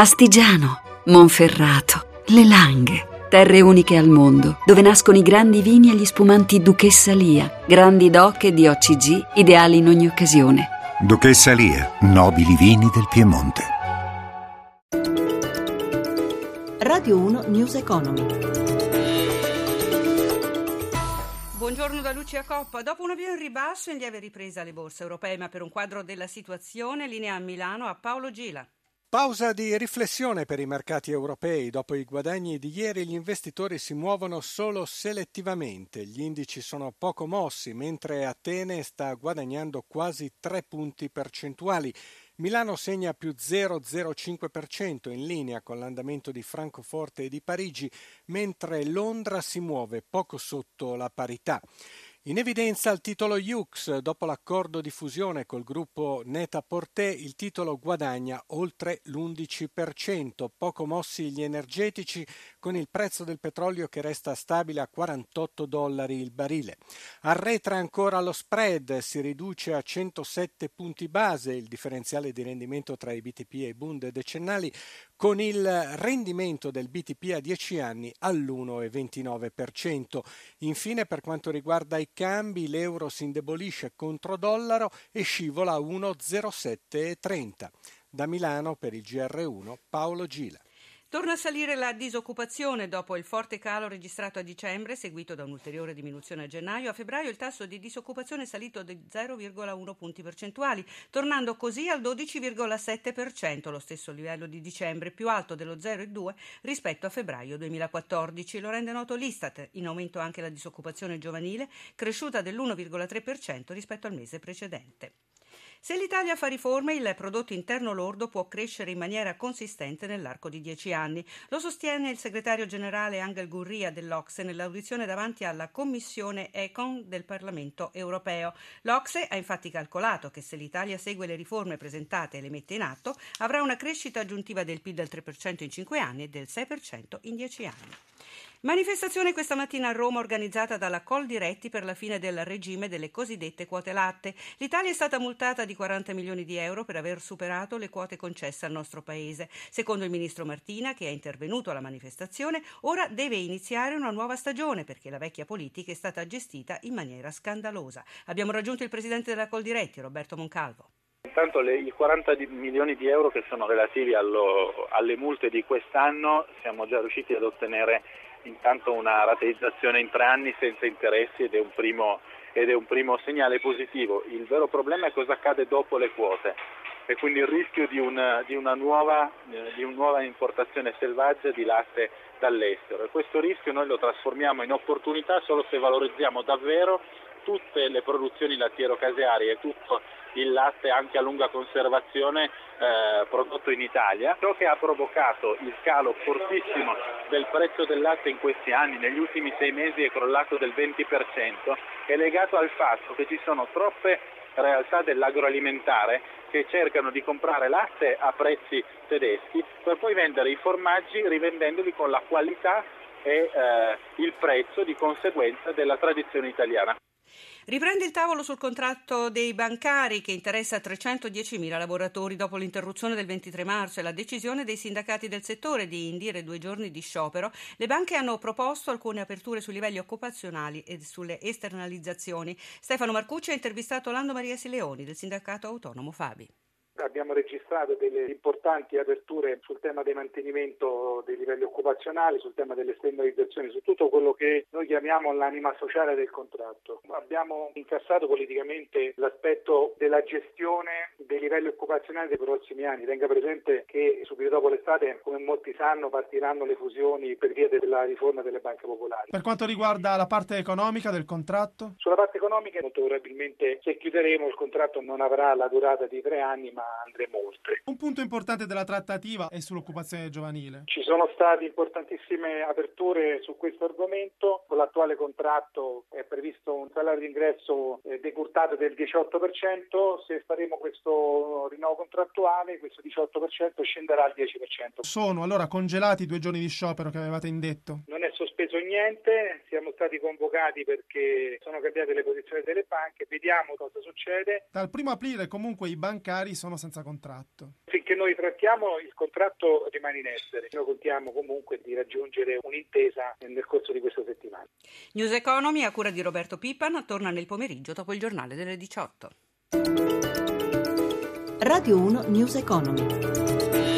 Astigiano, Monferrato, Le Langhe. Terre uniche al mondo, dove nascono i grandi vini e gli spumanti Duchessa Lia, grandi DOC e DOCG, ideali in ogni occasione. Duchessa Lia, nobili vini del Piemonte. Radio 1 News Economy. Buongiorno da Lucia Coppa. Dopo un avvio in ribasso in lieve ripresa alle borse europee, ma per un quadro della situazione, linea a Milano a Paolo Gila. Pausa di riflessione per i mercati europei. Dopo i guadagni di ieri gli investitori si muovono solo selettivamente. Gli indici sono poco mossi, mentre Atene sta guadagnando quasi 3 punti percentuali. Milano segna più 0,05% in linea con l'andamento di Francoforte e di Parigi, mentre Londra si muove poco sotto la parità. In evidenza il titolo Yux. Dopo l'accordo di fusione col gruppo Net-a-Porter, il titolo guadagna oltre l'11%, poco mossi gli energetici con il prezzo del petrolio che resta stabile a $48 il barile. Arretra ancora lo spread, si riduce a 107 punti base il differenziale di rendimento tra i BTP e i Bund decennali, con il rendimento del BTP a 10 anni all'1,29%. Infine, per quanto riguarda i cambi, l'euro si indebolisce contro dollaro e scivola a 1,0730. Da Milano per il GR1 Paolo Gila. Torna a salire la disoccupazione dopo il forte calo registrato a dicembre, seguito da un'ulteriore diminuzione a gennaio. A febbraio il tasso di disoccupazione è salito di 0,1 punti percentuali, tornando così al 12,7%, lo stesso livello di dicembre, più alto dello 0,2 rispetto a febbraio 2014. Lo rende noto l'Istat. In aumento anche la disoccupazione giovanile, cresciuta dell'1,3% rispetto al mese precedente. Se l'Italia fa riforme, il prodotto interno lordo può crescere in maniera consistente nell'arco di 10 anni. Lo sostiene il segretario generale Angel Gurria dell'Ocse nell'audizione davanti alla Commissione Econ del Parlamento europeo. L'Ocse ha infatti calcolato che se l'Italia segue le riforme presentate e le mette in atto, avrà una crescita aggiuntiva del PIL del 3% in 5 anni e del 6% in 10 anni. Manifestazione questa mattina a Roma organizzata dalla Coldiretti per la fine del regime delle cosiddette quote latte. L'Italia è stata multata di 40 milioni di euro per aver superato le quote concesse al nostro paese. Secondo il ministro Martina, che è intervenuto alla manifestazione, ora deve iniziare una nuova stagione perché la vecchia politica è stata gestita in maniera scandalosa. Abbiamo raggiunto il presidente della Coldiretti, Roberto Moncalvo. Intanto i 40 milioni di euro che sono relativi alle multe di quest'anno siamo già riusciti ad ottenere intanto una rateizzazione in 3 anni senza interessi ed è un primo segnale positivo. Il vero problema è cosa accade dopo le quote e quindi il rischio di una nuova importazione selvaggia di latte dall'estero, e questo rischio noi lo trasformiamo in opportunità solo se valorizziamo davvero tutte le produzioni lattiero-casearie e tutto il latte anche a lunga conservazione prodotto in Italia. Ciò che ha provocato il calo fortissimo del prezzo del latte in questi anni, negli ultimi 6 mesi è crollato del 20%, è legato al fatto che ci sono troppe realtà dell'agroalimentare che cercano di comprare latte a prezzi tedeschi per poi vendere i formaggi rivendendoli con la qualità e il prezzo di conseguenza della tradizione italiana. Riprende il tavolo sul contratto dei bancari che interessa 310.000 lavoratori dopo l'interruzione del 23 marzo e la decisione dei sindacati del settore di indire 2 giorni di sciopero. Le banche hanno proposto alcune aperture sui livelli occupazionali e sulle esternalizzazioni. Stefano Marcucci ha intervistato Lando Maria Sileoni del sindacato autonomo Fabi. Abbiamo registrato delle importanti aperture sul tema del mantenimento dei livelli occupazionali, sul tema delle esternalizzazioni, su tutto quello che noi chiamiamo l'anima sociale del contratto. Abbiamo incassato politicamente l'aspetto della gestione dei livelli occupazionali dei prossimi anni. Tenga presente che subito dopo l'estate, come molti sanno, partiranno le fusioni per via della riforma delle banche popolari. Per quanto riguarda la parte economica del contratto? Sulla parte economica molto probabilmente se chiuderemo il contratto non avrà la durata di 3 anni ma andremo oltre. Un punto importante della trattativa è sull'occupazione giovanile. Ci sono state importantissime aperture su questo argomento. Con l'attuale contratto è previsto un salario d'ingresso decurtato del 18%. Se faremo questo rinnovo contrattuale, questo 18% scende aumenterà al 10%. Sono allora congelati i 2 giorni di sciopero che avevate indetto? Non è sospeso niente, siamo stati convocati perché sono cambiate le posizioni delle banche, vediamo cosa succede. Dal 1 aprile comunque i bancari sono senza contratto. Finché noi trattiamo il contratto rimane in essere, noi contiamo comunque di raggiungere un'intesa nel corso di questa settimana. News Economy a cura di Roberto Pippan torna nel pomeriggio dopo il giornale delle 18. Radio 1 News Economy.